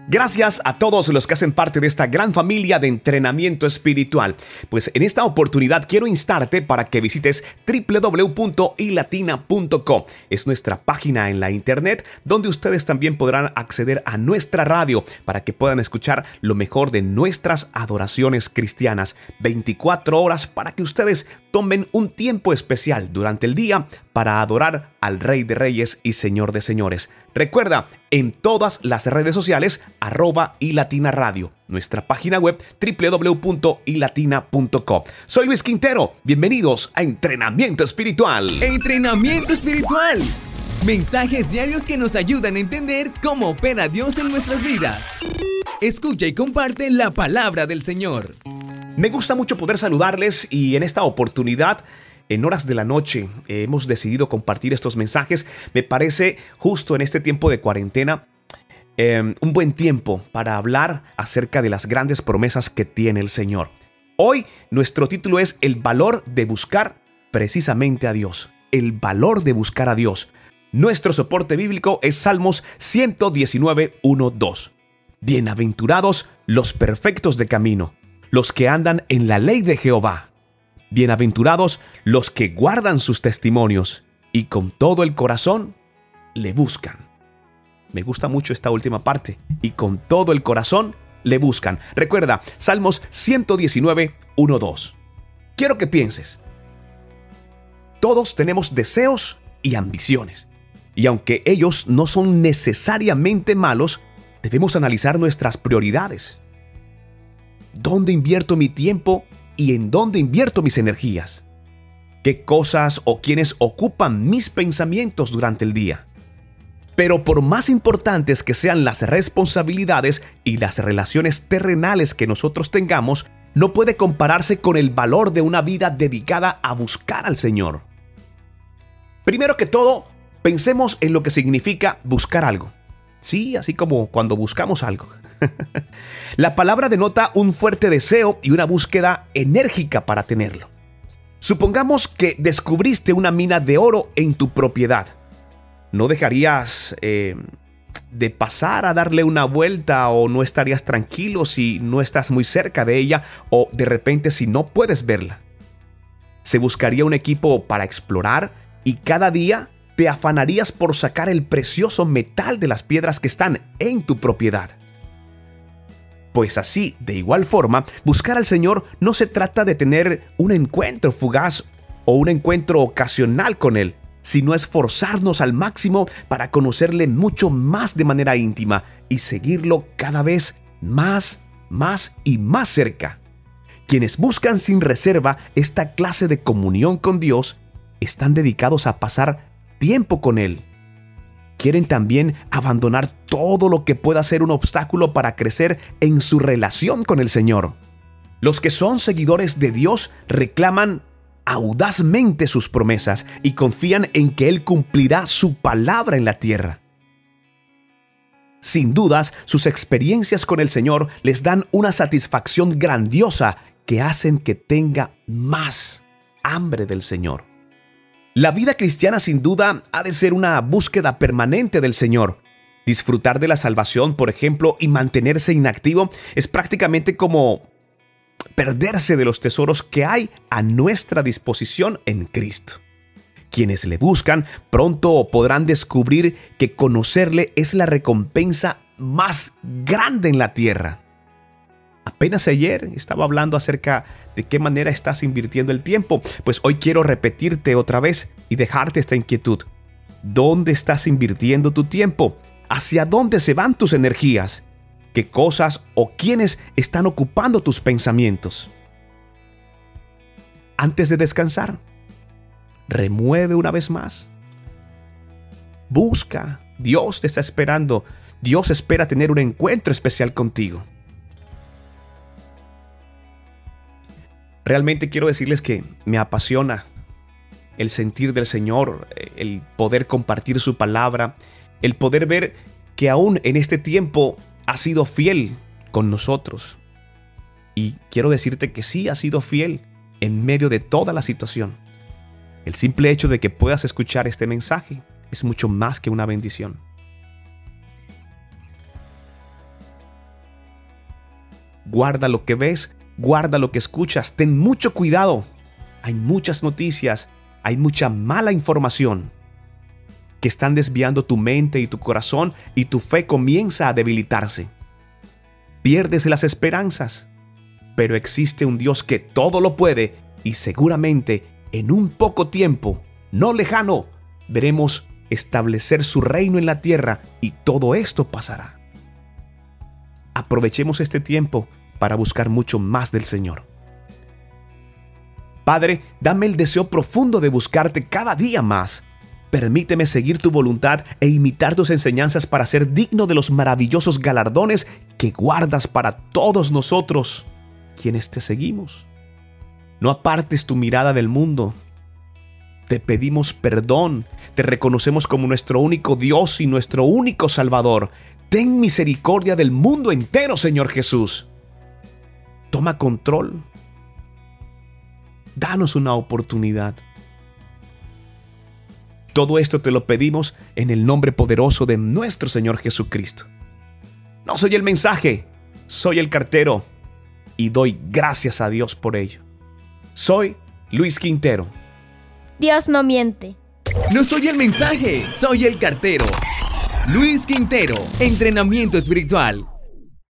Gracias a todos los que hacen parte de esta gran familia de entrenamiento espiritual. Pues en esta oportunidad quiero instarte para que visites www.ilatina.co. Es nuestra página en la internet donde ustedes también podrán acceder a nuestra radio para que puedan escuchar lo mejor de nuestras adoraciones cristianas. 24 horas para que ustedes tomen un tiempo especial durante el día para adorar al Rey de Reyes y Señor de Señores. Recuerda, en todas las redes sociales, @ilatina-radio, nuestra página web www.ilatina.co. Soy Luis Quintero, bienvenidos a Entrenamiento Espiritual. Entrenamiento Espiritual. Mensajes diarios que nos ayudan a entender cómo opera Dios en nuestras vidas. Escucha y comparte la palabra del Señor. Me gusta mucho poder saludarles y en esta oportunidad, en horas de la noche, hemos decidido compartir estos mensajes. Me parece justo en este tiempo de cuarentena, un buen tiempo para hablar acerca de las grandes promesas que tiene el Señor. Hoy nuestro título es El valor de buscar precisamente a Dios. El valor de buscar a Dios. Nuestro soporte bíblico es Salmos 119, 1, 2. Bienaventurados los perfectos de camino, los que andan en la ley de Jehová. Bienaventurados los que guardan sus testimonios y con todo el corazón le buscan. Me gusta mucho esta última parte. Y con todo el corazón le buscan. Recuerda, Salmos 119, 1, 2. Quiero que pienses. Todos tenemos deseos y ambiciones. Y aunque ellos no son necesariamente malos, debemos analizar nuestras prioridades. ¿Dónde invierto mi tiempo y en dónde invierto mis energías? ¿Qué cosas o quiénes ocupan mis pensamientos durante el día? Pero por más importantes que sean las responsabilidades y las relaciones terrenales que nosotros tengamos, no puede compararse con el valor de una vida dedicada a buscar al Señor. Primero que todo, pensemos en lo que significa buscar algo. Sí, así como cuando buscamos algo. La palabra denota un fuerte deseo y una búsqueda enérgica para tenerlo. Supongamos que descubriste una mina de oro en tu propiedad. ¿No dejarías de pasar a darle una vuelta o no estarías tranquilo si no estás muy cerca de ella o de repente si no puedes verla? Se buscaría un equipo para explorar y cada día te afanarías por sacar el precioso metal de las piedras que están en tu propiedad. Pues así, de igual forma, buscar al Señor no se trata de tener un encuentro fugaz o un encuentro ocasional con Él, sino esforzarnos al máximo para conocerle mucho más de manera íntima y seguirlo cada vez más y más cerca. Quienes buscan sin reserva esta clase de comunión con Dios están dedicados a pasar tiempo con Él. Quieren también abandonar todo lo que pueda ser un obstáculo para crecer en su relación con el Señor. Los que son seguidores de Dios reclaman audazmente sus promesas y confían en que Él cumplirá su palabra en la tierra. Sin dudas, sus experiencias con el Señor les dan una satisfacción grandiosa que hacen que tenga más hambre del Señor. La vida cristiana sin duda ha de ser una búsqueda permanente del Señor. Disfrutar de la salvación, por ejemplo, y mantenerse inactivo es prácticamente como perderse de los tesoros que hay a nuestra disposición en Cristo. Quienes le buscan pronto podrán descubrir que conocerle es la recompensa más grande en la tierra. Apenas ayer estaba hablando acerca de qué manera estás invirtiendo el tiempo. Pues hoy quiero repetirte otra vez y dejarte esta inquietud. ¿Dónde estás invirtiendo tu tiempo? ¿Hacia dónde se van tus energías? ¿Qué cosas o quiénes están ocupando tus pensamientos? Antes de descansar, remueve una vez más. Busca. Dios te está esperando. Dios espera tener un encuentro especial contigo. Realmente quiero decirles que me apasiona el sentir del Señor, el poder compartir su palabra, el poder ver que aún en este tiempo ha sido fiel con nosotros. Y quiero decirte que sí ha sido fiel en medio de toda la situación. El simple hecho de que puedas escuchar este mensaje es mucho más que una bendición. Guarda lo que ves, guarda lo que escuchas. Ten mucho cuidado. Hay muchas noticias, hay mucha mala información que están desviando tu mente y tu corazón, y tu fe comienza a debilitarse. Pierdes las esperanzas, pero existe un Dios que todo lo puede, y seguramente en un poco tiempo, no lejano, veremos establecer su reino en la tierra, y todo esto pasará. Aprovechemos este tiempo para buscar mucho más del Señor. Padre, dame el deseo profundo de buscarte cada día más. Permíteme seguir tu voluntad e imitar tus enseñanzas para ser digno de los maravillosos galardones que guardas para todos nosotros, quienes te seguimos. No apartes tu mirada del mundo. Te pedimos perdón, te reconocemos como nuestro único Dios y nuestro único Salvador. Ten misericordia del mundo entero, Señor Jesús. Toma control. Danos una oportunidad. Todo esto te lo pedimos en el nombre poderoso de nuestro Señor Jesucristo. No soy el mensaje, soy el cartero, y doy gracias a Dios por ello. Soy Luis Quintero. Dios no miente. No soy el mensaje, soy el cartero. Luis Quintero, entrenamiento espiritual.